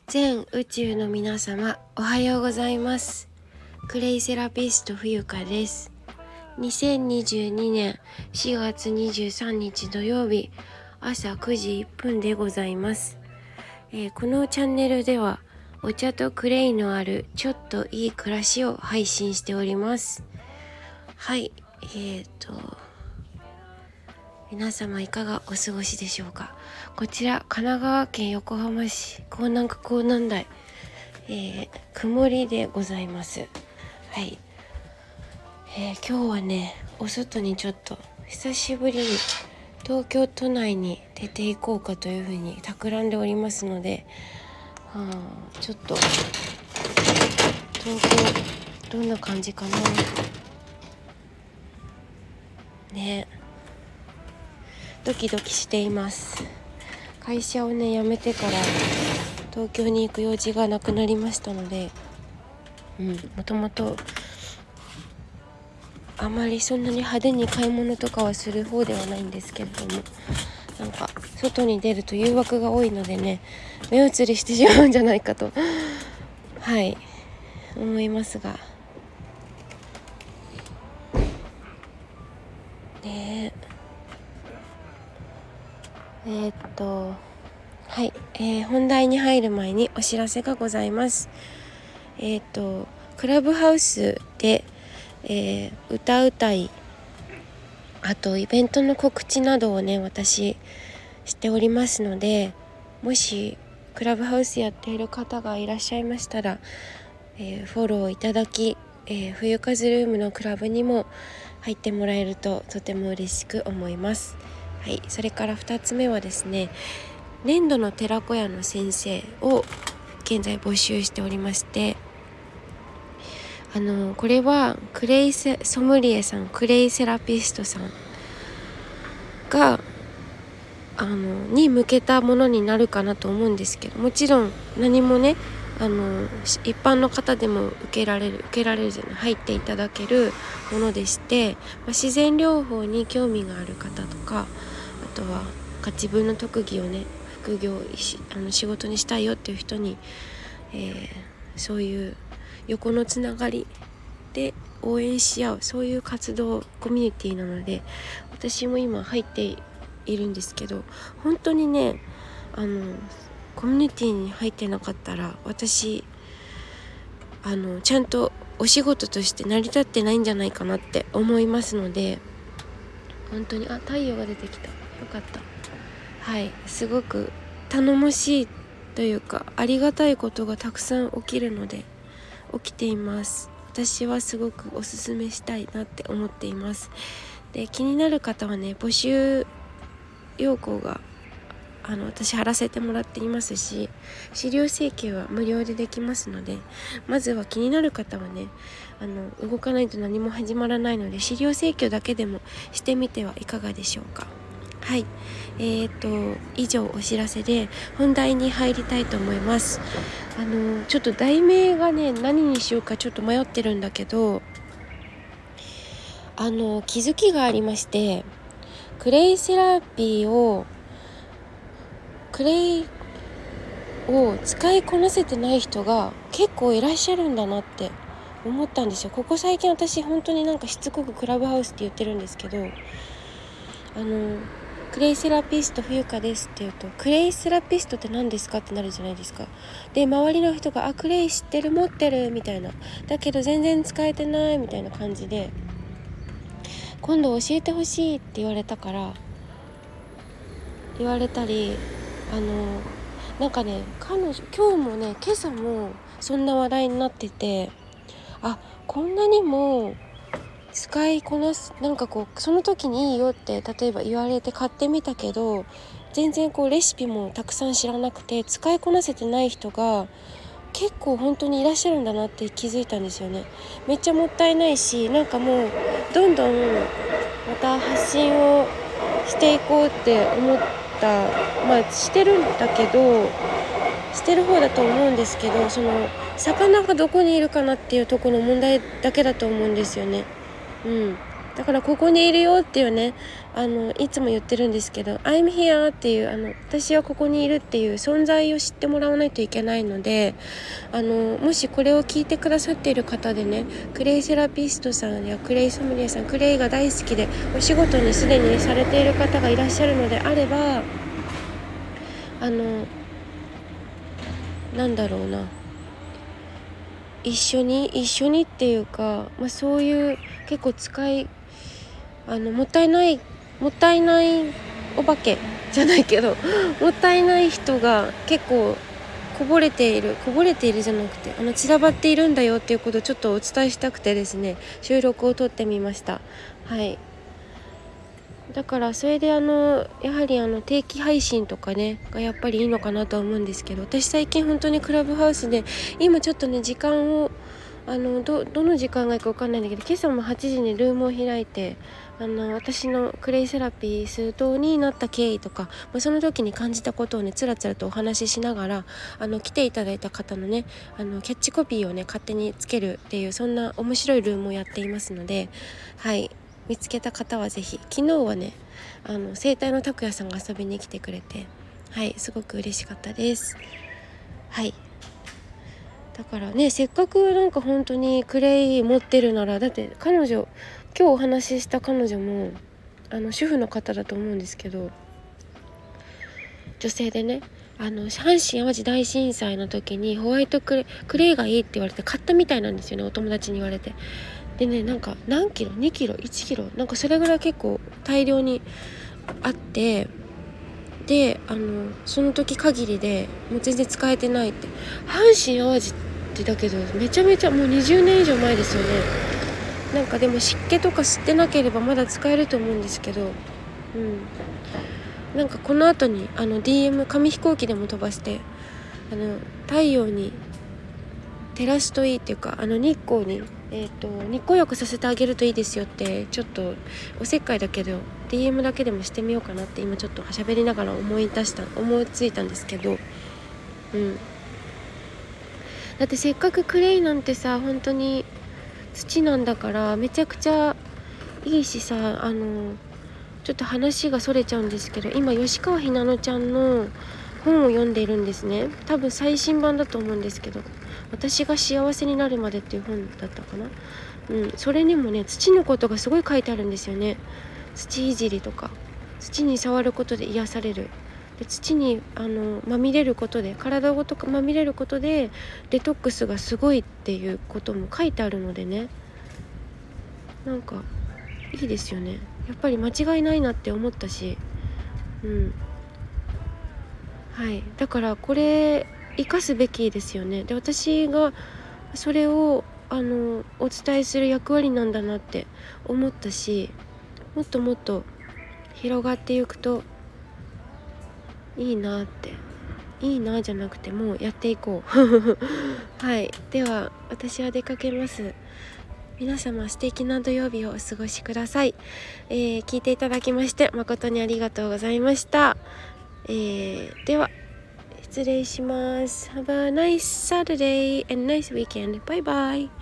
全宇宙の皆様、おはようございます。クレイセラピスト冬香です。2022年4月23日土曜日朝9時1分でございます。このチャンネルではお茶とクレイのあるちょっといい暮らしを配信しております。はい、皆様いかがお過ごしでしょうか。こちら神奈川県横浜市港南区港南台、曇りでございます。はい、今日はねお外にちょっと久しぶりに東京都内に出ていこうかというふうに企んでおりますので、ちょっと東京どんな感じかなね。ドキドキしています。会社をね辞めてから東京に行く用事がなくなりましたので、もともとあまりそんなに派手に買い物とかはする方ではないんですけれども、なんか外に出ると誘惑が多いのでね、目移りしてしまうんじゃないかと思いますがね。本題に入る前にお知らせがございます。クラブハウスで、歌うたい、あとイベントの告知などをね私しておりますので、もしクラブハウスやっている方がいらっしゃいましたら、フォローいただき、冬風ルームのクラブにも入ってもらえるととても嬉しく思います。はい、それから2つ目はですね、粘土の寺子屋の先生を現在募集しておりまして、これはクレイソムリエさん、クレイセラピストさんがに向けたものになるかなと思うんですけど、もちろん何もね一般の方でも受けられるじゃない、入っていただけるものでして、自然療法に興味がある方とか、あとは自分の特技をね副業仕事にしたいよっていう人に、そういう横のつながりで応援し合う、そういう活動コミュニティなので、私も今入っているんですけど、本当にねコミュニティに入ってなかったら私ちゃんとお仕事として成り立ってないんじゃないかなって思いますので、本当に太陽が出てきた、よかった。すごく頼もしいというかありがたいことがたくさん起きるので起きています。私はすごくおすすめしたいなって思っています。で、気になる方はね募集要項が私貼らせてもらっていますし、資料請求は無料でできますので、まずは気になる方はね動かないと何も始まらないので、資料請求だけでもしてみてはいかがでしょうか。以上お知らせで本題に入りたいと思います。ちょっと題名がね何にしようかちょっと迷ってるんだけど、気づきがありまして、クレイ使いこなせてない人が結構いらっしゃるんだなって思ったんですよ。ここ最近私本当にしつこくクラブハウスって言ってるんですけど、クレイセラピスト冬香ですって言うと、クレイセラピストって何ですかってなるじゃないですか。で、周りの人がクレイ知ってる、持ってるみたいな、だけど全然使えてないみたいな感じで、今度教えてほしいって言われたり、今日もね今朝もそんな話題になってて、こんなにも使いこなす、その時にいいよって例えば言われて買ってみたけど、全然レシピもたくさん知らなくて使いこなせてない人が結構本当にいらっしゃるんだなって気づいたんですよね。めっちゃもったいないし、もうどんどんまた発信をしていこうって思った。してるんだけど、してる方だと思うんですけど、その魚がどこにいるかなっていうところの問題だけだと思うんですよね。 だからここにいるよっていうね、いつも言ってるんですけど I'm here っていう私はここにいるっていう存在を知ってもらわないといけないので、もしこれを聞いてくださっている方でね、クレイセラピストさんやクレイソムリエさん、クレイが大好きでお仕事にすでにされている方がいらっしゃるのであれば、なんだろうな、一緒にっていうか、そういう結構もったいないお化けじゃないけどもったいない人が結構こぼれているじゃなくて散らばっているんだよっていうことをちょっとお伝えしたくてですね、収録を撮ってみました。はい、だからそれでやはり定期配信とかねがやっぱりいいのかなとは思うんですけど、私最近本当にクラブハウスで今ちょっとね時間をどの時間がいいか分かんないんだけど、今朝も8時にルームを開いて私のクレイセラピストになった経緯とか、その時に感じたことをねつらつらとお話ししながら来ていただいた方のねキャッチコピーをね勝手につけるっていう、そんな面白いルームをやっていますので、はい、見つけた方はぜひ。昨日はね生態の拓也さんが遊びに来てくれて、はい、すごく嬉しかったです。はい、だからね、せっかくなんか本当にクレイ持ってるなら、だって今日お話しした彼女も主婦の方だと思うんですけど、女性でね、阪神・淡路大震災の時にホワイトクレイがいいって言われて買ったみたいなんですよね、お友達に言われて。でね、なんか何キロ2キロ1キロなんかそれぐらい結構大量にあって、でその時限りでもう全然使えてないって。阪神・淡路ってだけどめちゃめちゃもう20年以上前ですよね。なんかでも湿気とか吸ってなければまだ使えると思うんですけど、なんかこの後にDM 紙飛行機でも飛ばして太陽に照らすといいっていうか、日光に日光浴させてあげるといいですよって、ちょっとおせっかいだけど DM だけでもしてみようかなって今ちょっと喋りながら思いついたんですけど、だってせっかくクレイなんてさ本当に土なんだからめちゃくちゃいいしさ、ちょっと話がそれちゃうんですけど、今吉川ひなのちゃんの本を読んでいるんですね。多分最新版だと思うんですけど、私が幸せになるまでっていう本だったかな。それにもね土のことがすごい書いてあるんですよね。土いじりとか、土に触ることで癒される、で土にまみれることで、体ごとまみれることでデトックスがすごいっていうことも書いてあるのでね、なんかいいですよね。やっぱり間違いないなって思ったし、はい、だからこれ生かすべきですよね。で、私がそれをお伝えする役割なんだなって思ったし、もっともっと広がっていくといいなじゃなくてもうやっていこうはい、では私は出かけます。皆様素敵な土曜日をお過ごしください。聞いていただきまして誠にありがとうございました。では失礼します。Have a nice Saturday and nice weekend. Bye bye.